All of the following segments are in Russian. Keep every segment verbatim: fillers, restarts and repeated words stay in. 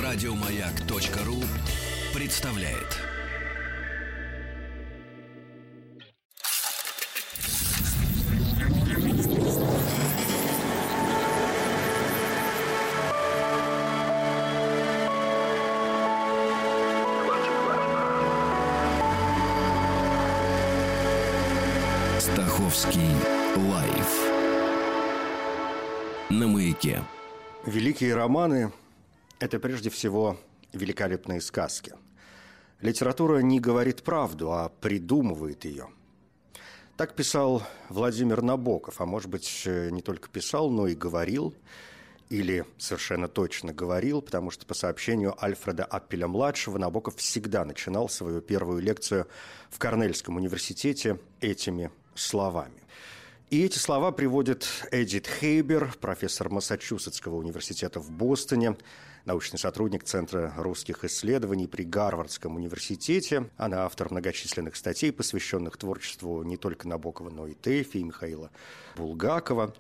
Радиомаяк.ру представляет. Стаховский лайф на Маяке. Великие романы – это прежде всего великолепные сказки. Литература не говорит правду, а придумывает ее. Так писал Владимир Набоков, а может быть, не только писал, но и говорил, или совершенно точно говорил, потому что по сообщению Альфреда Аппеля-младшего Набоков всегда начинал свою первую лекцию в Корнельском университете этими словами. И эти слова приводит Эдит Хейбер, профессор Массачусетского университета в Бостоне, научный сотрудник Центра русских исследований при Гарвардском университете. Она автор многочисленных статей, посвященных творчеству не только Набокова, но и Тэфи, и Михаила Булгакова.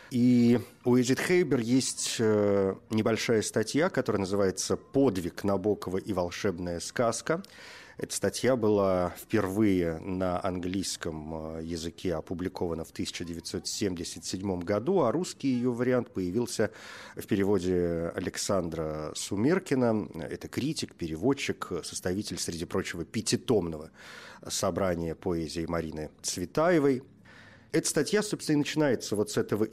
И у Эдит Хейбер есть небольшая статья, которая называется «Подвиг Набокова и волшебная сказка». Эта статья была впервые на английском языке опубликована в тысяча девятьсот семьдесят седьмом году, а русский ее вариант появился в переводе Александра Сумеркина. Это критик, переводчик, составитель, среди прочего, пятитомного собрания поэзии Марины Цветаевой. Эта статья, собственно, и начинается вот с этого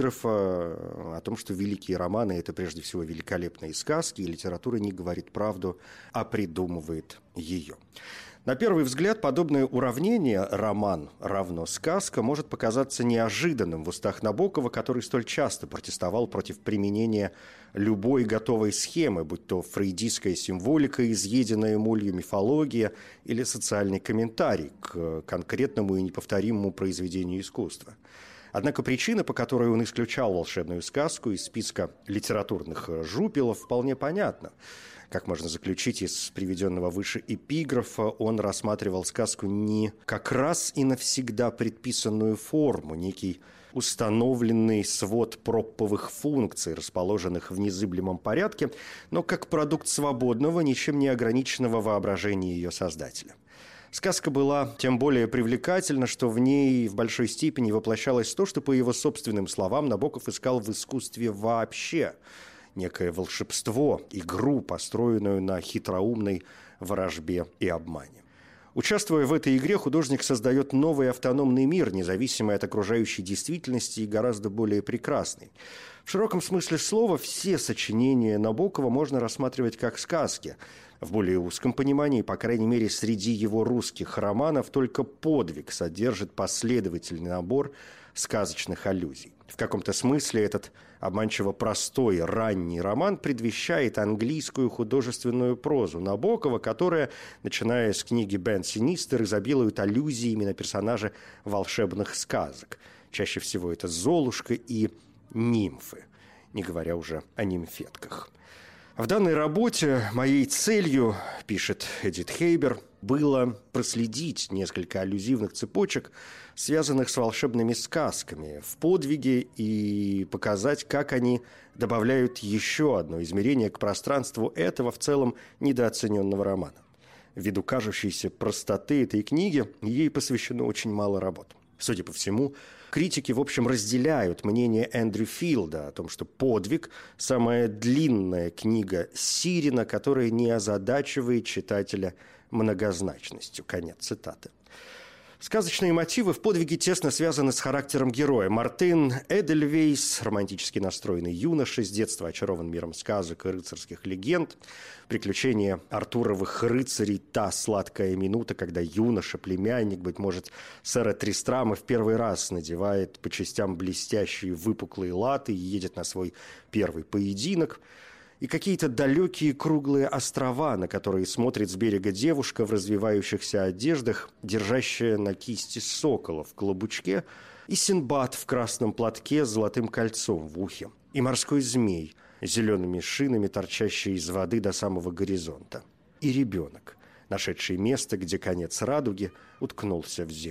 эпиграфа о том, что великие романы – это прежде всего великолепные сказки, и литература не говорит правду, а придумывает ее. На первый взгляд, подобное уравнение «роман равно сказка» может показаться неожиданным в устах Набокова, который столь часто протестовал против применения любой готовой схемы, будь то фрейдистская символика, изъеденная молью мифология или социальный комментарий к конкретному и неповторимому произведению искусства. Однако причина, по которой он исключал волшебную сказку из списка литературных жупелов, вполне понятна. Как можно заключить из приведенного выше эпиграфа, он рассматривал сказку не как раз и навсегда предписанную форму, некий установленный свод пропповых функций, расположенных в незыблемом порядке, но как продукт свободного, ничем не ограниченного воображения ее создателя. Сказка была тем более привлекательна, что в ней в большой степени воплощалось то, что, по его собственным словам, Набоков искал в искусстве вообще – некое волшебство, игру, построенную на хитроумной ворожбе и обмане. Участвуя в этой игре, художник создает новый автономный мир, независимый от окружающей действительности и гораздо более прекрасный. В широком смысле слова все сочинения Набокова можно рассматривать как сказки. В более узком понимании, по крайней мере, среди его русских романов только «Подвиг» содержит последовательный набор сказочных аллюзий. В каком-то смысле этот обманчиво простой ранний роман предвещает английскую художественную прозу Набокова, которая, начиная с книги «Бен Синистер», изобилует аллюзиями на персонажей волшебных сказок. Чаще всего это Золушка и нимфы, не говоря уже о нимфетках. В данной работе моей целью, пишет Эдит Хейбер, было проследить несколько аллюзивных цепочек, связанных с волшебными сказками, в подвиге и показать, как они добавляют еще одно измерение к пространству этого в целом недооцененного романа. Ввиду кажущейся простоты этой книги, ей посвящено очень мало работ. Судя по всему, критики, в общем, разделяют мнение Эндрю Филда о том, что «Подвиг» – самая длинная книга Сирина, которая не озадачивает читателя многозначностью. Конец цитаты. Сказочные мотивы в «Подвиге» тесно связаны с характером героя. Мартин Эдельвейс, романтически настроенный юноша, с детства очарован миром сказок и рыцарских легенд. Приключения Артуровых рыцарей – та сладкая минута, когда юноша, племянник, быть может, сэра Тристрама в первый раз надевает по частям блестящие выпуклые латы и едет на свой первый поединок. И какие-то далекие круглые острова, на которые смотрит с берега девушка в развивающихся одеждах, держащая на кисти сокола в колобучке, и Синдбад в красном платке с золотым кольцом в ухе, и морской змей с зелеными шинами, торчащий из воды до самого горизонта, и ребенок, нашедший место, где конец радуги уткнулся в землю.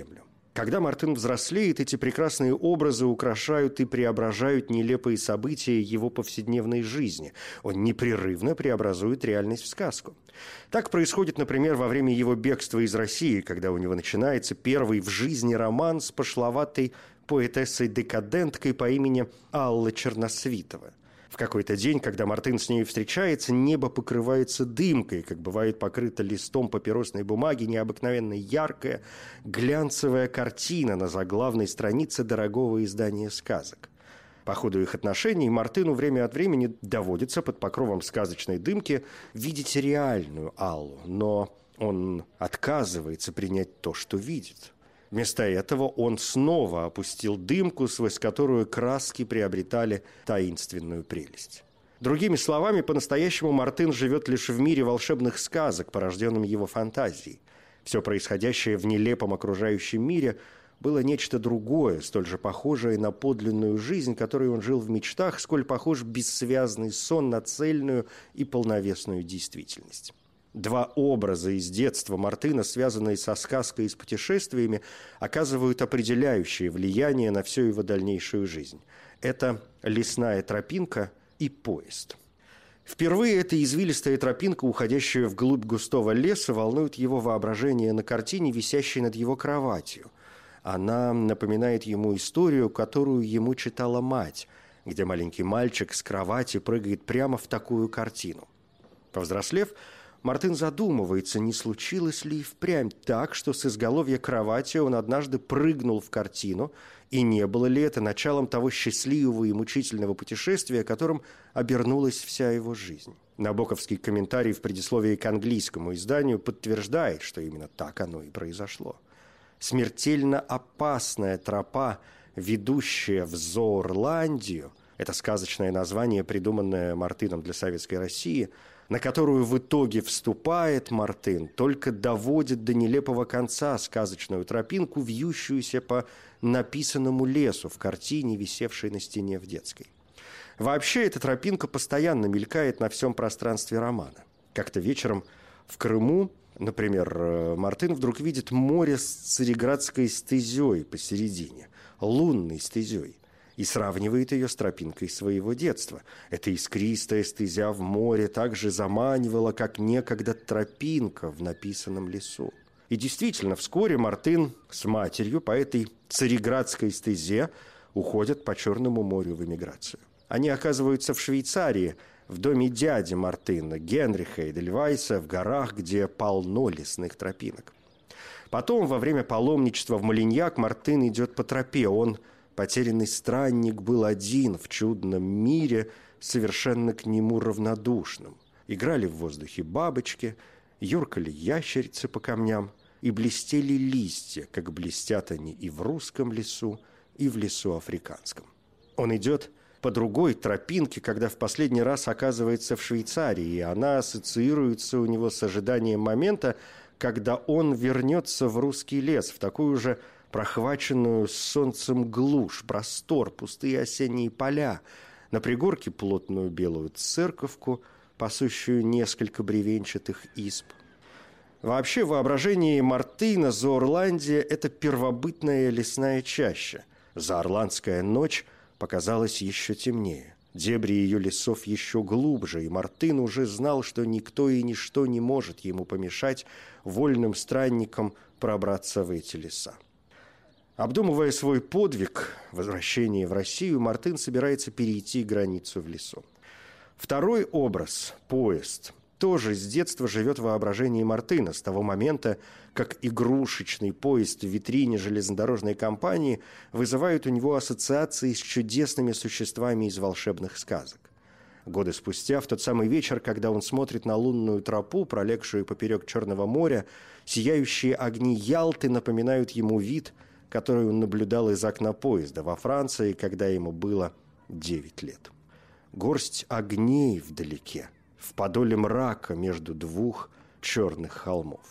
Когда Мартын взрослеет, эти прекрасные образы украшают и преображают нелепые события его повседневной жизни. Он непрерывно преобразует реальность в сказку. Так происходит, например, во время его бегства из России, когда у него начинается первый в жизни роман с пошловатой поэтессой-декаденткой по имени Алла Черносвитова. В какой-то день, когда Мартын с ней встречается, небо покрывается дымкой, как бывает покрыто листом папиросной бумаги, необыкновенно яркая, глянцевая картина на заглавной странице дорогого издания сказок. По ходу их отношений Мартыну время от времени доводится под покровом сказочной дымки видеть реальную Аллу, но он отказывается принять то, что видит. Вместо этого он снова опустил дымку, сквозь которую краски приобретали таинственную прелесть. Другими словами, по-настоящему Мартын живет лишь в мире волшебных сказок, порожденном его фантазией. Все происходящее в нелепом окружающем мире было нечто другое, столь же похожее на подлинную жизнь, которой он жил в мечтах, сколь похож бессвязный сон на цельную и полновесную действительность. Два образа из детства Мартына, связанные со сказкой и с путешествиями, оказывают определяющее влияние на всю его дальнейшую жизнь. Это лесная тропинка и поезд. Впервые эта извилистая тропинка, уходящая вглубь густого леса, волнует его воображение на картине, висящей над его кроватью. Она напоминает ему историю, которую ему читала мать, где маленький мальчик с кровати прыгает прямо в такую картину. Повзрослев, Мартын задумывается, не случилось ли и впрямь так, что с изголовья кровати он однажды прыгнул в картину, и не было ли это началом того счастливого и мучительного путешествия, которым обернулась вся его жизнь. Набоковский комментарий в предисловии к английскому изданию подтверждает, что именно так оно и произошло. Смертельно опасная тропа, ведущая в Зоорландию, это сказочное название, придуманное Мартыном для Советской России, на которую в итоге вступает Мартын, только доводит до нелепого конца сказочную тропинку, вьющуюся по написанному лесу в картине, висевшей на стене в детской. Вообще, эта тропинка постоянно мелькает на всем пространстве романа. Как-то вечером в Крыму, например, Мартын вдруг видит море с Цареградской стезей посередине, лунной стезей, и сравнивает ее с тропинкой своего детства. Эта искристая стезя в море так же заманивала, как некогда тропинка в написанном лесу. И действительно, вскоре Мартын с матерью по этой Цареградской стезе уходят по Черному морю в эмиграцию. Они оказываются в Швейцарии, в доме дяди Мартына, Генриха Эдельвайса, в горах, где полно лесных тропинок. Потом, во время паломничества в Малиньяк, Мартын идет по тропе. Он, потерянный странник, был один в чудном мире, совершенно к нему равнодушным. Играли в воздухе бабочки, юркали ящерицы по камням, и блестели листья, как блестят они и в русском лесу, и в лесу африканском. Он идет по другой тропинке, когда в последний раз оказывается в Швейцарии, и она ассоциируется у него с ожиданием момента, когда он вернется в русский лес, в такую же прохваченную солнцем глушь, простор, пустые осенние поля, на пригорке плотную белую церковку, пасущую несколько бревенчатых исп. Вообще, в воображении Мартына Зоорландия – это первобытная лесная чаща. Зоорландская ночь показалась еще темнее. Дебри ее лесов еще глубже, и Мартын уже знал, что никто и ничто не может ему помешать вольным странникам пробраться в эти леса. Обдумывая свой подвиг, возвращение в Россию, Мартын собирается перейти границу в лесу. Второй образ – поезд – тоже с детства живет в воображении Мартына, с того момента, как игрушечный поезд в витрине железнодорожной компании вызывает у него ассоциации с чудесными существами из волшебных сказок. Годы спустя, в тот самый вечер, когда он смотрит на лунную тропу, пролегшую поперек Черного моря, сияющие огни Ялты напоминают ему вид, который он наблюдал из окна поезда во Франции, когда ему было девять лет. Горсть огней вдалеке, в подоле мрака между двух черных холмов.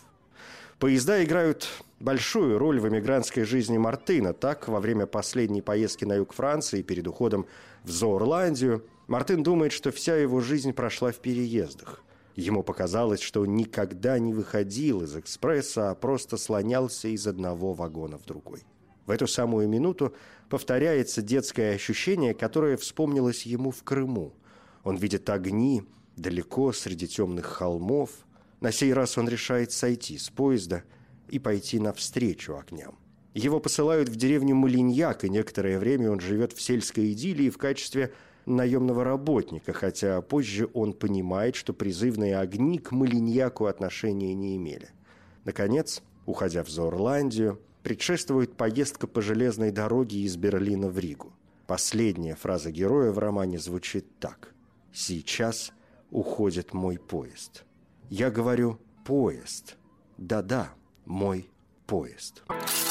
Поезда играют большую роль в эмигрантской жизни Мартына. Так, во время последней поездки на юг Франции перед уходом в Зоорландию, Мартын думает, что вся его жизнь прошла в переездах. Ему показалось, что он никогда не выходил из экспресса, а просто слонялся из одного вагона в другой. В эту самую минуту повторяется детское ощущение, которое вспомнилось ему в Крыму. Он видит огни далеко среди темных холмов. На сей раз он решает сойти с поезда и пойти навстречу огням. Его посылают в деревню Малиньяк, и некоторое время он живет в сельской идиллии в качестве наемного работника, хотя позже он понимает, что призывные огни к Малиньяку отношения не имели. Наконец, уходя в Зоорландию, предшествует поездка по железной дороге из Берлина в Ригу. Последняя фраза героя в романе звучит так: «Сейчас уходит мой поезд». Я говорю «поезд». Да-да, мой поезд.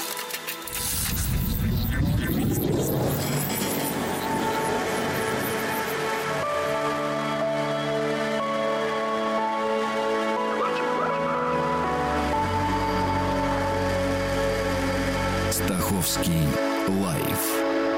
Стаховский лайф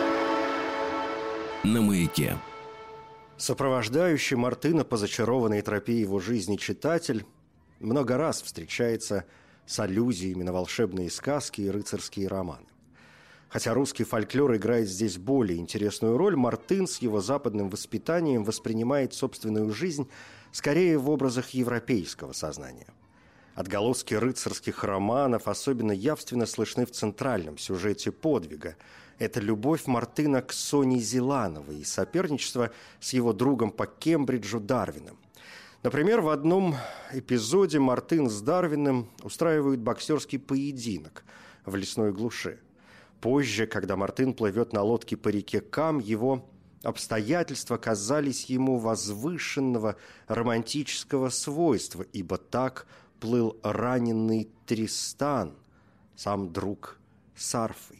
на Маяке. Сопровождающий Мартына по зачарованной тропе его жизни читатель много раз встречается с аллюзиями на волшебные сказки и рыцарские романы. Хотя русский фольклор играет здесь более интересную роль, Мартын с его западным воспитанием воспринимает собственную жизнь скорее в образах европейского сознания. Отголоски рыцарских романов особенно явственно слышны в центральном сюжете подвига. Это любовь Мартына к Соне Зелановой и соперничество с его другом по Кембриджу Дарвином. Например, в одном эпизоде Мартын с Дарвином устраивают боксерский поединок в лесной глуши. Позже, когда Мартын плывет на лодке по реке Кам, его обстоятельства казались ему возвышенного романтического свойства, ибо так плыл раненый Тристан, сам друг с арфой.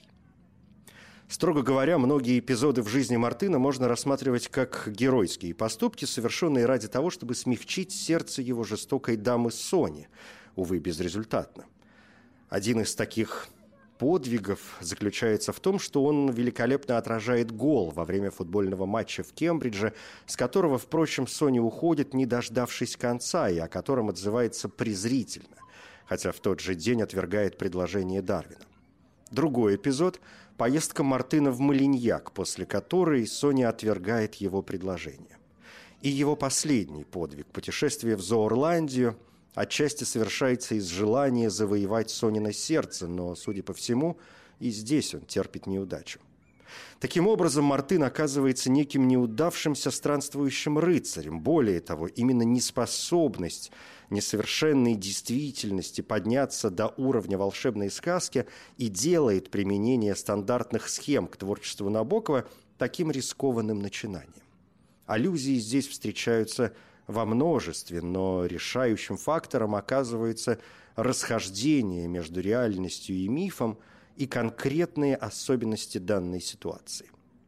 Строго говоря, многие эпизоды в жизни Мартына можно рассматривать как геройские поступки, совершенные ради того, чтобы смягчить сердце его жестокой дамы Сони, увы, безрезультатно. Один из таких подвигов заключается в том, что он великолепно отражает гол во время футбольного матча в Кембридже, с которого, впрочем, Соня уходит, не дождавшись конца, и о котором отзывается презрительно, хотя в тот же день отвергает предложение Дарвина. Другой эпизод – поездка Мартына в Малиньяк, после которой Соня отвергает его предложение. И его последний подвиг – путешествие в Зоорландию – отчасти совершается из желания завоевать Сонино сердце, но, судя по всему, и здесь он терпит неудачу. Таким образом, Мартын оказывается неким неудавшимся странствующим рыцарем. Более того, именно неспособность несовершенной действительности подняться до уровня волшебной сказки и делает применение стандартных схем к творчеству Набокова таким рискованным начинанием. Аллюзии здесь встречаются во множестве, но решающим фактором оказывается расхождение между реальностью и мифом и конкретные особенности данной ситуации.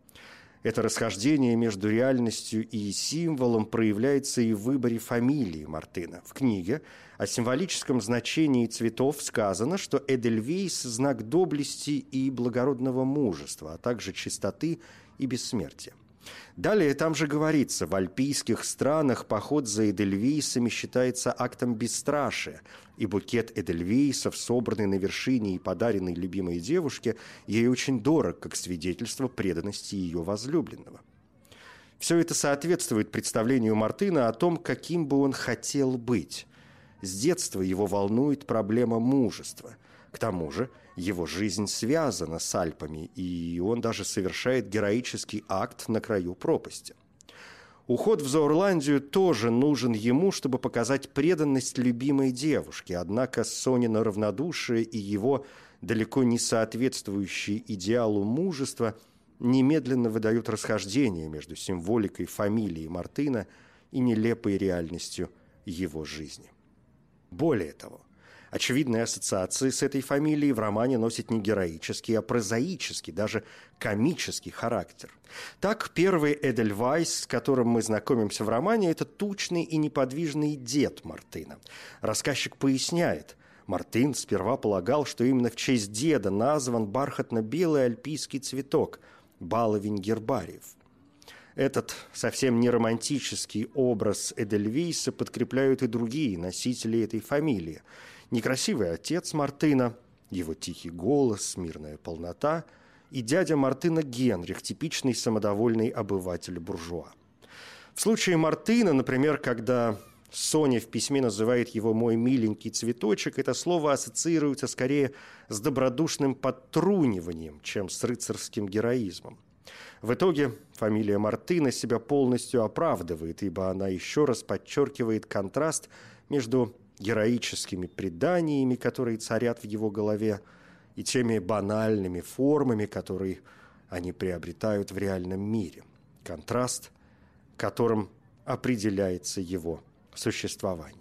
Это расхождение между реальностью и символом проявляется и в выборе фамилии Мартына. В книге о символическом значении цветов сказано, что Эдельвейс – знак доблести и благородного мужества, а также чистоты и бессмертия. Далее там же говорится, в альпийских странах поход за эдельвейсами считается актом бесстрашия, и букет эдельвейсов, собранный на вершине и подаренный любимой девушке, ей очень дорог, как свидетельство преданности ее возлюбленного. Все это соответствует представлению Мартына о том, каким бы он хотел быть. С детства его волнует проблема мужества. К тому же его жизнь связана с Альпами, и он даже совершает героический акт на краю пропасти. Уход в Зоорландию тоже нужен ему, чтобы показать преданность любимой девушке, однако Сонино равнодушие и его далеко не соответствующие идеалу мужества немедленно выдают расхождение между символикой фамилии Мартына и нелепой реальностью его жизни. Более того, очевидные ассоциации с этой фамилией в романе носят не героический, а прозаический, даже комический характер. Так, первый Эдельвейс, с которым мы знакомимся в романе, это тучный и неподвижный дед Мартына. Рассказчик поясняет, Мартын сперва полагал, что именно в честь деда назван бархатно-белый альпийский цветок – баловень гербариев. Этот совсем не романтический образ Эдельвейса подкрепляют и другие носители этой фамилии. Некрасивый отец Мартына, его тихий голос, мирная полнота и дядя Мартына Генрих, типичный самодовольный обыватель-буржуа. В случае Мартына, например, когда Соня в письме называет его «мой миленький цветочек», это слово ассоциируется скорее с добродушным подтруниванием, чем с рыцарским героизмом. В итоге фамилия Мартына себя полностью оправдывает, ибо она еще раз подчеркивает контраст между героическими преданиями, которые царят в его голове, и теми банальными формами, которые они приобретают в реальном мире. Контраст, которым определяется его существование.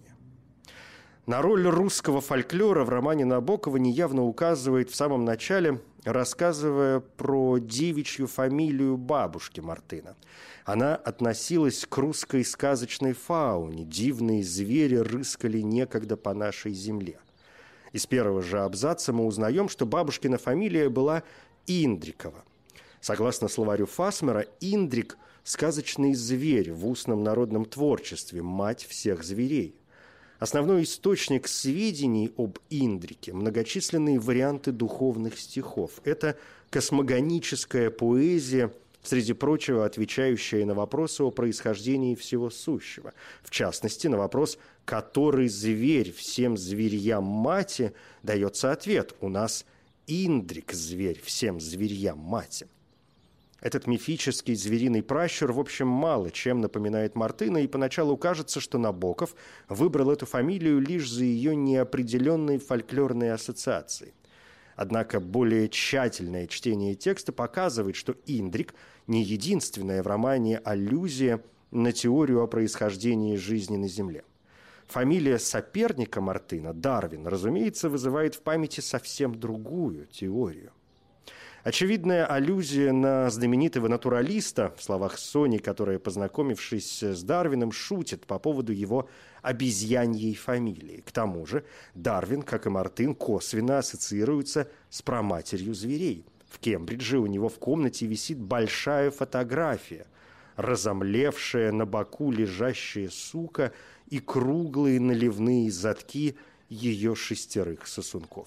На роль русского фольклора в романе Набокова неявно указывает в самом начале, рассказывая про девичью фамилию бабушки Мартына. Она относилась к русской сказочной фауне. Дивные звери рыскали некогда по нашей земле. Из первого же абзаца мы узнаем, что бабушкина фамилия была Индрикова. Согласно словарю Фасмера, Индрик – сказочный зверь в устном народном творчестве, мать всех зверей. Основной источник сведений об Индрике – многочисленные варианты духовных стихов. Это космогоническая поэзия, среди прочего отвечающая на вопросы о происхождении всего сущего. В частности, на вопрос «Который зверь всем зверьям мати?» дается ответ «У нас Индрик – зверь всем зверьям мати». Этот мифический звериный пращур, в общем, мало чем напоминает Мартына, и поначалу кажется, что Набоков выбрал эту фамилию лишь за ее неопределенной фольклорной ассоциацией. Однако более тщательное чтение текста показывает, что Индрик не единственная в романе аллюзия на теорию о происхождении жизни на Земле. Фамилия соперника Мартына, Дарвин, разумеется, вызывает в памяти совсем другую теорию. Очевидная аллюзия на знаменитого натуралиста, в словах Сони, которая, познакомившись с Дарвином, шутит по поводу его обезьяньей фамилии. К тому же Дарвин, как и Мартын, косвенно ассоциируется с праматерью зверей. В Кембридже у него в комнате висит большая фотография, разомлевшая на боку лежащая сука и круглые наливные задки ее шестерых сосунков.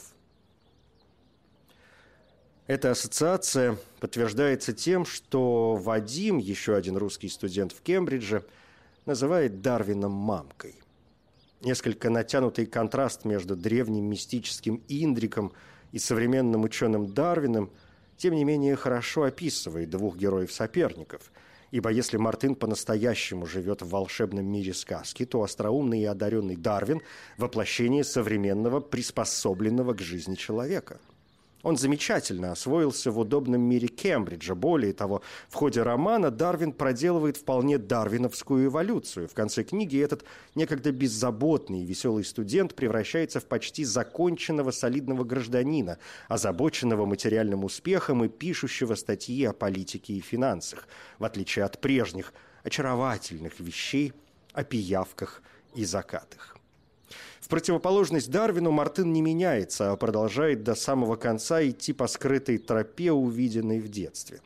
Эта ассоциация подтверждается тем, что Вадим, еще один русский студент в Кембридже, называет Дарвина мамкой. Несколько натянутый контраст между древним мистическим Индриком и современным ученым Дарвином, тем не менее, хорошо описывает двух героев-соперников. Ибо если Мартын по-настоящему живет в волшебном мире сказки, то остроумный и одаренный Дарвин – воплощение современного, приспособленного к жизни человека. Он замечательно освоился в удобном мире Кембриджа. Более того, в ходе романа Дарвин проделывает вполне дарвиновскую эволюцию. В конце книги этот некогда беззаботный и веселый студент превращается в почти законченного солидного гражданина, озабоченного материальным успехом и пишущего статьи о политике и финансах, в отличие от прежних очаровательных вещей о пиявках и закатах. В противоположность Дарвину Мартын не меняется, а продолжает до самого конца идти по скрытой тропе, увиденной в детстве.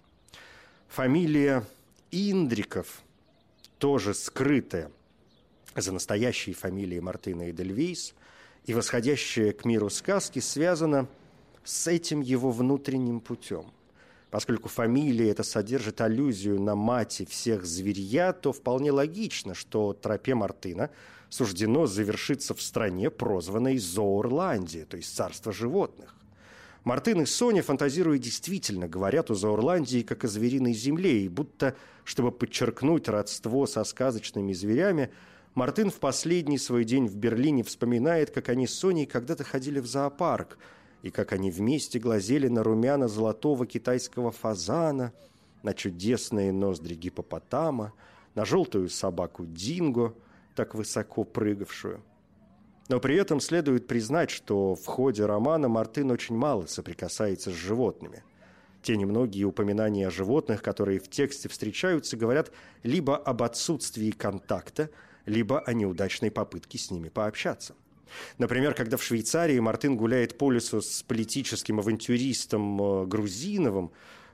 Фамилия Индриков, тоже скрытая за настоящей фамилией Мартына Эдельвейс, и восходящая к миру сказки, связана с этим его внутренним путем. Поскольку фамилия эта содержит аллюзию на мать всех зверья, то вполне логично, что тропе Мартына суждено завершиться в стране, прозванной Зоорландия, то есть царство животных. Мартын и Соня, фантазируя, действительно говорят о Зоорландии как о звериной земле, и будто, чтобы подчеркнуть родство со сказочными зверями, Мартын в последний свой день в Берлине вспоминает, как они с Соней когда-то ходили в зоопарк, и как они вместе глазели на румяно-золотого китайского фазана, на чудесные ноздри гиппопотама, на желтую собаку Динго, так высоко прыгавшую. Но при этом следует признать, что в ходе романа Мартын очень мало соприкасается с животными. Те немногие упоминания о животных, которые в тексте встречаются, говорят либо об отсутствии контакта, либо о неудачной попытке с ними пообщаться. Например, когда в Швейцарии Мартын гуляет по лесу с политическим авантюристом Грузиновым,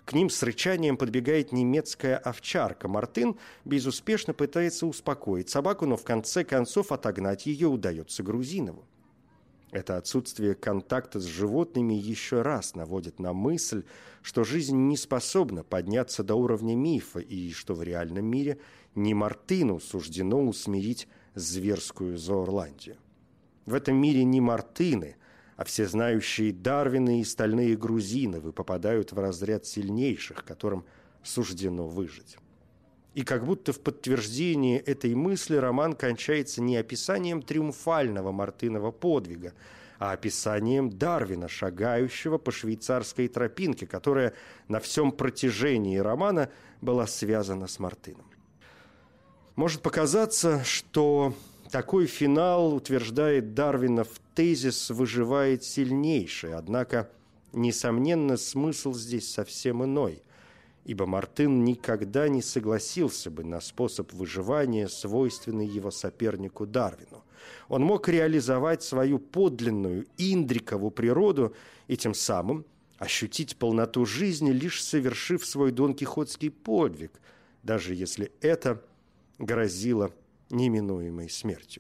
К ним с рычанием подбегает немецкая овчарка. Мартын безуспешно пытается успокоить собаку, но в конце концов отогнать ее удается Грузинову. Это отсутствие контакта с животными еще раз наводит на мысль, что жизнь не способна подняться до уровня мифа и что в реальном мире не Мартыну суждено усмирить зверскую Зоорландию. В этом мире не Мартыны, а всезнающие Дарвины и стальные Грузиновы попадают в разряд сильнейших, которым суждено выжить. И как будто в подтверждение этой мысли роман кончается не описанием триумфального Мартынова подвига, а описанием Дарвина, шагающего по швейцарской тропинке, которая на всем протяжении романа была связана с Мартыном. Может показаться, что такой финал утверждает Дарвинов тезис «выживает сильнейший», однако, несомненно, смысл здесь совсем иной, ибо Мартын никогда не согласился бы на способ выживания, свойственный его сопернику Дарвину. Он мог реализовать свою подлинную индрикову природу и тем самым ощутить полноту жизни, лишь совершив свой донкихотский подвиг, даже если это грозило неминуемой смертью.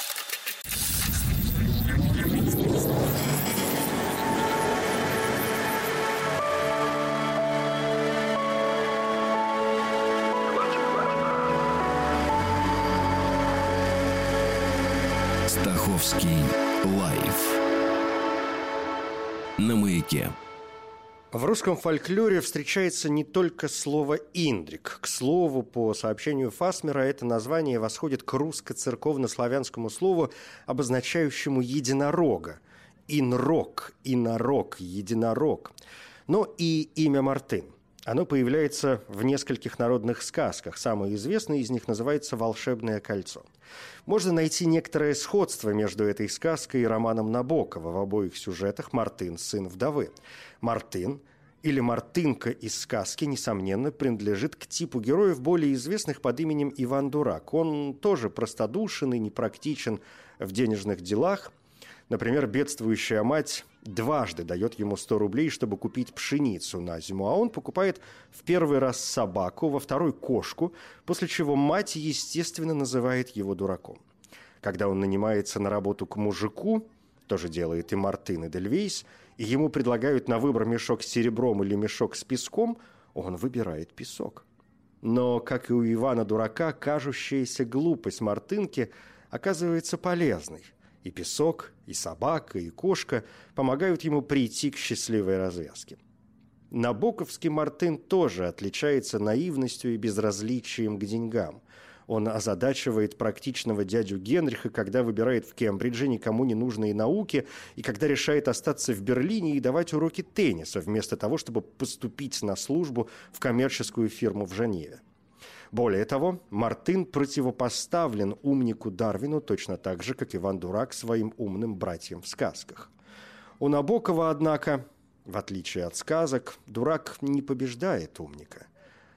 Стаховский лайф на Маяке. В русском фольклоре встречается не только слово «индрик». К слову, по сообщению Фасмера, это название восходит к русско-церковно-славянскому слову, обозначающему единорога. Инрог, инорог, единорог. Но и имя Мартын. Оно появляется в нескольких народных сказках. Самое известное из них называется «Волшебное кольцо». Можно найти некоторое сходство между этой сказкой и романом Набокова. В обоих сюжетах Мартын – сын вдовы. Мартын или Мартынка из сказки, несомненно, принадлежит к типу героев, более известных под именем Иван Дурак. Он тоже простодушен и непрактичен в денежных делах. Например, бедствующая мать дважды дает ему сто рублей, чтобы купить пшеницу на зиму, а он покупает в первый раз собаку, во второй – кошку, после чего мать, естественно, называет его дураком. Когда он нанимается на работу к мужику, тоже делает и Мартын, и Эдельвейс, и ему предлагают на выбор мешок с серебром или мешок с песком, он выбирает песок. Но, как и у Ивана Дурака, кажущаяся глупость Мартынки оказывается полезной. И песок, и собака, и кошка помогают ему прийти к счастливой развязке. Набоковский Мартын тоже отличается наивностью и безразличием к деньгам. Он озадачивает практичного дядю Генриха, когда выбирает в Кембридже никому не нужные науки, и когда решает остаться в Берлине и давать уроки тенниса, вместо того, чтобы поступить на службу в коммерческую фирму в Женеве. Более того, Мартын противопоставлен умнику Дарвину точно так же, как Иван Дурак своим умным братьям в сказках. У Набокова, однако, в отличие от сказок, Дурак не побеждает умника.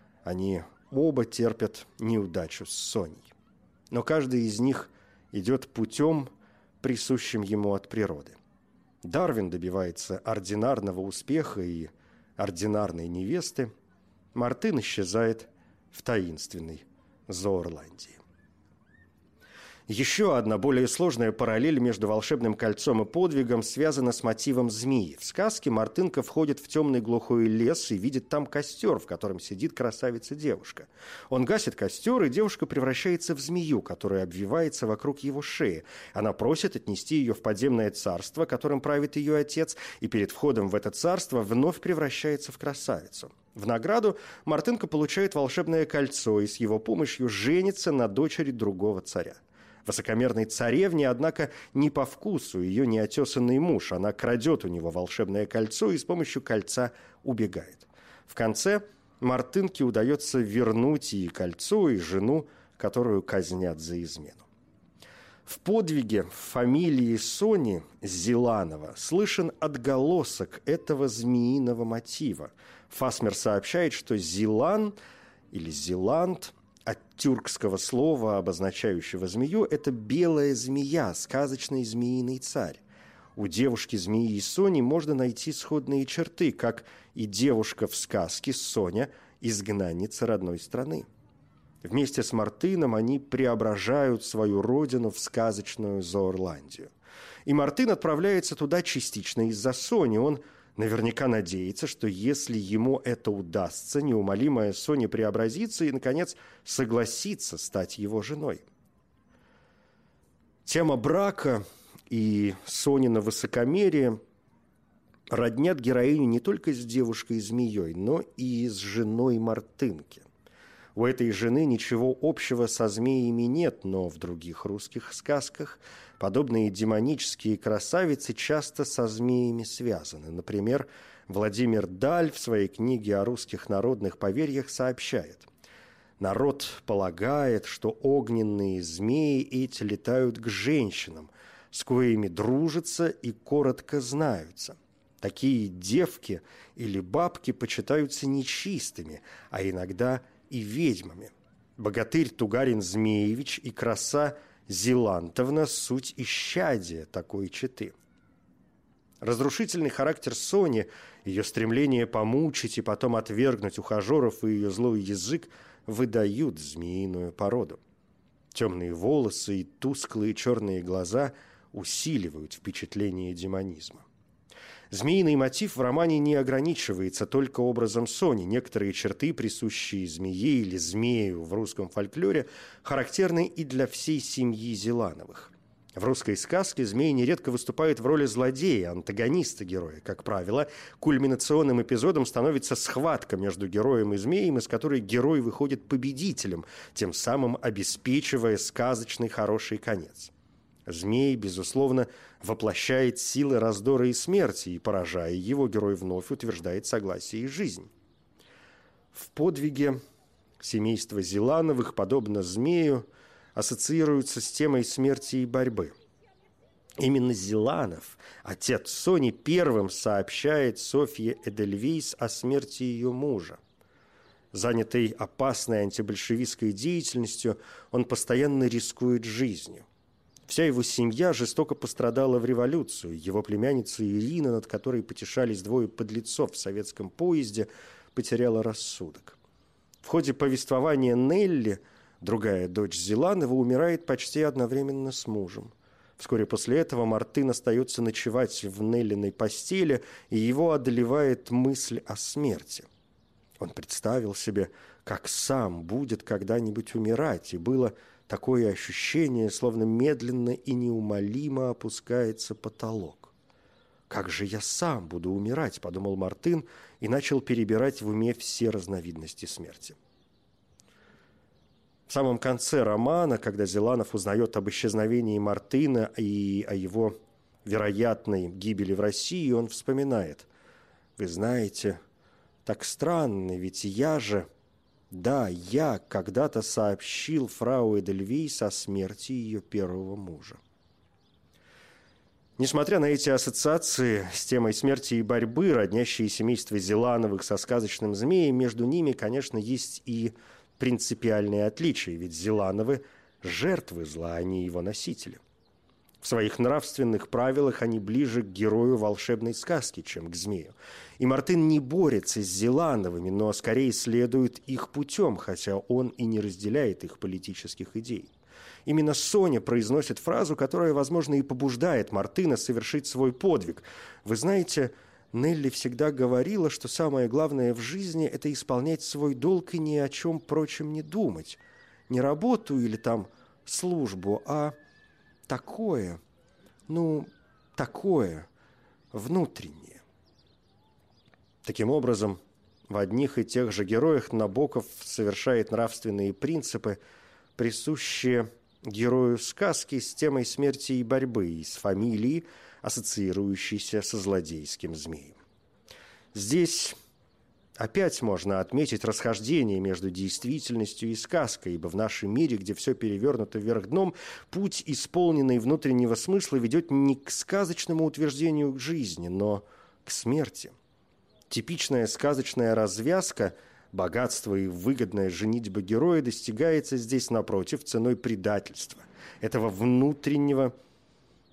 Они оба терпят неудачу с Соней. Но каждый из них идет путем, присущим ему от природы. Дарвин добивается ординарного успеха и ординарной невесты. Мартын исчезает в таинственной Зоорландии. Еще одна более сложная параллель между волшебным кольцом и подвигом связана с мотивом змеи. В сказке Мартынка входит в темный глухой лес и видит там костер, в котором сидит красавица-девушка. Он гасит костер, и девушка превращается в змею, которая обвивается вокруг его шеи. Она просит отнести ее в подземное царство, которым правит ее отец, и перед входом в это царство вновь превращается в красавицу. В награду Мартынка получает волшебное кольцо и с его помощью женится на дочери другого царя. Высокомерной царевне, однако, не по вкусу ее неотесанный муж. Она крадет у него волшебное кольцо и с помощью кольца убегает. В конце Мартынке удается вернуть и кольцо, и жену, которую казнят за измену. В подвиге фамилии Сони Зиланова слышен отголосок этого змеиного мотива. Фасмер сообщает, что Зилан или Зиланд от тюркского слова, обозначающего змею, это белая змея, сказочный змеиный царь. У девушки-змеи и Сони можно найти сходные черты, как и девушка в сказке Соня – изгнанница родной страны. Вместе с Мартыном они преображают свою родину в сказочную Зоорландию. И Мартын отправляется туда частично из-за Сони. Он наверняка надеется, что если ему это удастся, неумолимая Соня преобразится и, наконец, согласится стать его женой. Тема брака и Сонина высокомерие роднят героиню не только с девушкой-змеей, но и с женой Мартынки. У этой жены ничего общего со змеями нет, но в других русских сказках подобные демонические красавицы часто со змеями связаны. Например, Владимир Даль в своей книге о русских народных поверьях сообщает: «Народ полагает, что огненные змеи эти летают к женщинам, с коими дружатся и коротко знаются. Такие девки или бабки почитаются нечистыми, а иногда и ведьмами. Богатырь Тугарин Змеевич и краса Зелантовна – суть исчадия такой четы». Разрушительный характер Сони, ее стремление помучить и потом отвергнуть ухажеров и ее злой язык выдают змеиную породу. Темные волосы и тусклые черные глаза усиливают впечатление демонизма. Змеиный мотив в романе не ограничивается только образом Сони. Некоторые черты, присущие змее или змею в русском фольклоре, характерны и для всей семьи Зелановых. В русской сказке змей нередко выступает в роли злодея, антагониста героя. Как правило, кульминационным эпизодом становится схватка между героем и змеем, из которой герой выходит победителем, тем самым обеспечивая сказочный хороший конец. Змей, безусловно, воплощает силы раздора и смерти, и, поражая его, герой вновь утверждает согласие и жизнь. В подвиге семейства Зелановых, подобно змею, ассоциируются с темой смерти и борьбы. Именно Зеланов, отец Сони, первым сообщает Софье Эдельвейс о смерти ее мужа. Занятый опасной антибольшевистской деятельностью, он постоянно рискует жизнью. Вся его семья жестоко пострадала в революцию. Его племянница Ирина, над которой потешались двое подлецов в советском поезде, потеряла рассудок. В ходе повествования Нелли, другая дочь Зеланова, умирает почти одновременно с мужем. Вскоре после этого Мартын остается ночевать в Неллиной постели, и его одолевает мысль о смерти. Он представил себе, как сам будет когда-нибудь умирать, и было такое ощущение, словно медленно и неумолимо опускается потолок. «Как же я сам буду умирать?» – подумал Мартын и начал перебирать в уме все разновидности смерти. В самом конце романа, когда Зеланов узнает об исчезновении Мартына и о его вероятной гибели в России, он вспоминает: «Вы знаете, так странно, ведь я же... Да, я когда-то сообщил фрау Эдельвейс о смерти ее первого мужа». Несмотря на эти ассоциации с темой смерти и борьбы, роднящие семейство Зелановых со сказочным змеем, между ними, конечно, есть и принципиальные отличия, ведь Зелановы – жертвы зла, а не его носители. В своих нравственных правилах они ближе к герою волшебной сказки, чем к змею. И Мартын не борется с Зелановыми, но скорее следует их путем, хотя он и не разделяет их политических идей. Именно Соня произносит фразу, которая, возможно, и побуждает Мартына совершить свой подвиг. Вы знаете, Нелли всегда говорила, что самое главное в жизни – это исполнять свой долг и ни о чем прочем не думать. Не работу или там службу, а такое, ну, такое, внутреннее. Таким образом, в одних и тех же героях Набоков совершает нравственные принципы, присущие герою сказки с темой смерти и борьбы, и с фамилией, ассоциирующейся со злодейским змеем. Здесь опять можно отметить расхождение между действительностью и сказкой, ибо в нашем мире, где все перевернуто вверх дном, путь, исполненный внутреннего смысла, ведет не к сказочному утверждению к жизни, но к смерти. Типичная сказочная развязка, богатство и выгодная женитьба героя достигается здесь, напротив, ценой предательства, этого внутреннего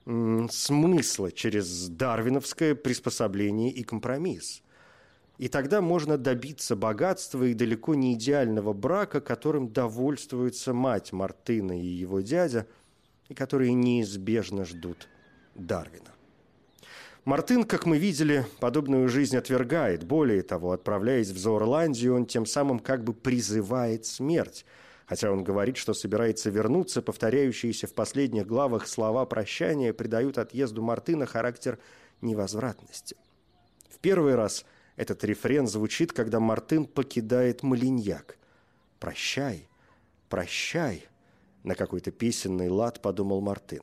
м, смысла через дарвиновское приспособление и компромисс. И тогда можно добиться богатства и далеко не идеального брака, которым довольствуется мать Мартына и его дядя, и которые неизбежно ждут Дарвина. Мартын, как мы видели, подобную жизнь отвергает. Более того, отправляясь в Зоорландию, он тем самым как бы призывает смерть. Хотя он говорит, что собирается вернуться, повторяющиеся в последних главах слова прощания придают отъезду Мартына характер невозвратности. В первый раз этот рефрен звучит, когда Мартын покидает Малиньяк. «Прощай, прощай», на какой-то песенный лад подумал Мартын.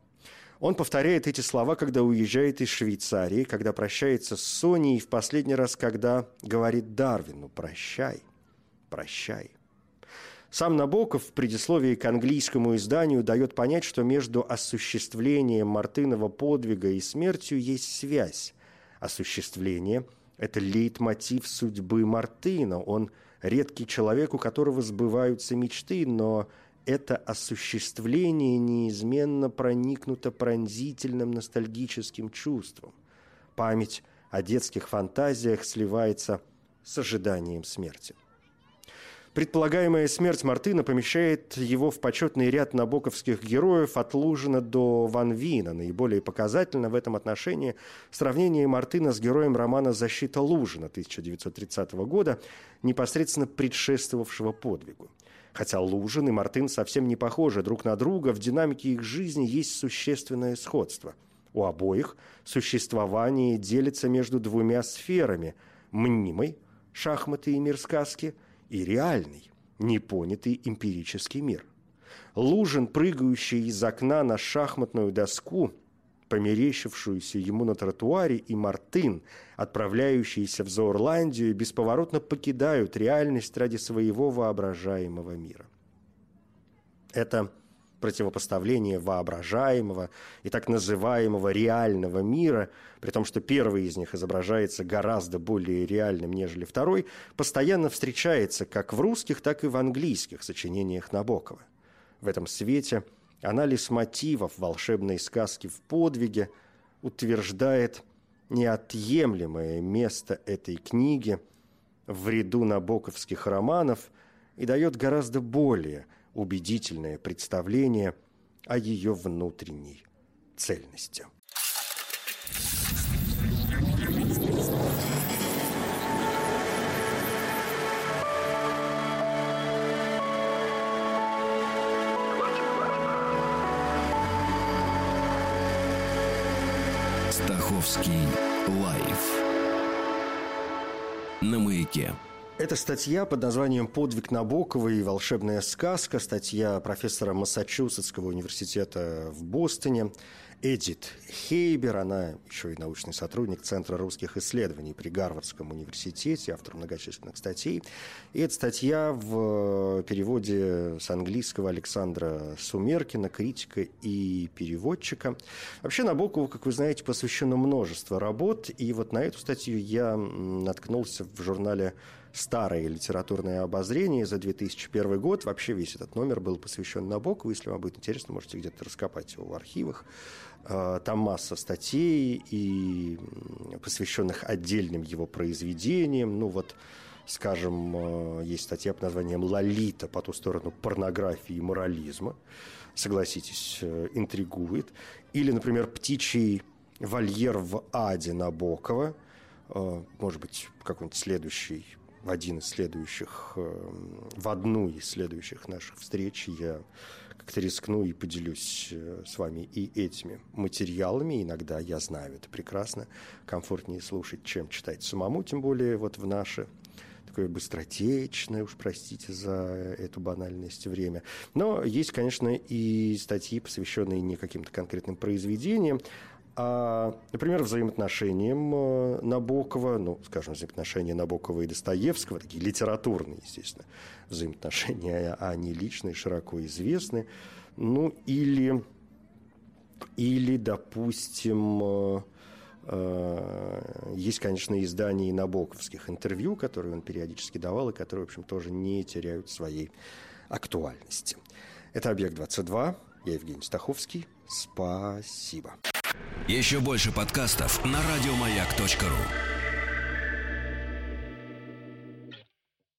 Он повторяет эти слова, когда уезжает из Швейцарии, когда прощается с Соней, и в последний раз, когда говорит Дарвину «прощай, прощай». Сам Набоков в предисловии к английскому изданию дает понять, что между осуществлением Мартынова подвига и смертью есть связь. Осуществление – это лейтмотив судьбы Мартына. Он редкий человек, у которого сбываются мечты, но это осуществление неизменно проникнуто пронзительным ностальгическим чувством. Память о детских фантазиях сливается с ожиданием смерти. Предполагаемая смерть Мартына помещает его в почетный ряд набоковских героев от Лужина до Ван Вина. Наиболее показательно в этом отношении сравнение Мартына с героем романа «Защита Лужина» тысяча девятьсот тридцатого года, непосредственно предшествовавшего подвигу. Хотя Лужин и Мартын совсем не похожи друг на друга, в динамике их жизни есть существенное сходство. У обоих существование делится между двумя сферами – мнимой, шахматы и мир сказки – и реальный, непонятый эмпирический мир. Лужин, прыгающий из окна на шахматную доску, померещившуюся ему на тротуаре, и Мартын, отправляющийся в Зоорландию, бесповоротно покидают реальность ради своего воображаемого мира. Это противопоставление воображаемого и так называемого реального мира, при том, что первый из них изображается гораздо более реальным, нежели второй, постоянно встречается как в русских, так и в английских сочинениях Набокова. В этом свете анализ мотивов волшебной сказки в подвиге утверждает неотъемлемое место этой книги в ряду набоковских романов и дает гораздо более убедительное представление о ее внутренней цельности. Стаховский лайф на Маяке. Это статья под названием «Подвиг Набокова и волшебная сказка», статья профессора Массачусетского университета в Бостоне Эдит Хейбер. Она еще и научный сотрудник Центра русских исследований при Гарвардском университете, автор многочисленных статей. И эта статья в переводе с английского Александра Сумеркина, критика и переводчика. Вообще Набокову, как вы знаете, посвящено множество работ. И вот на эту статью я наткнулся в журнале «Старое литературное обозрение» за две тысячи первый год. Вообще весь этот номер был посвящен Набокову. Если вам будет интересно, можете где-то раскопать его в архивах. Там масса статей, и посвященных отдельным его произведениям. Ну вот, скажем, есть статья под названием «Лолита. По ту сторону порнографии и морализма». Согласитесь, интригует. Или, например, «Птичий вольер в аде» Набокова. Может быть, какой-нибудь следующий... В один из следующих, в одну из следующих наших встреч я как-то рискну и поделюсь с вами и этими материалами. Иногда, я знаю, это прекрасно, комфортнее слушать, чем читать самому, тем более вот в наше такое быстротечное, уж простите за эту банальность, время. Но есть, конечно, и статьи, посвященные не каким-то конкретным произведениям, а, например, взаимоотношениям Набокова, ну, скажем, взаимоотношения Набокова и Достоевского, такие литературные, естественно, взаимоотношения, а не личные, широко известны. Ну, или, или допустим, есть, конечно, издания набоковских интервью, которые он периодически давал, и которые, в общем, тоже не теряют своей актуальности. Это «Объект-двадцать два». Я Евгений Стаховский. Спасибо. Еще больше подкастов на радиомаяк точка ру.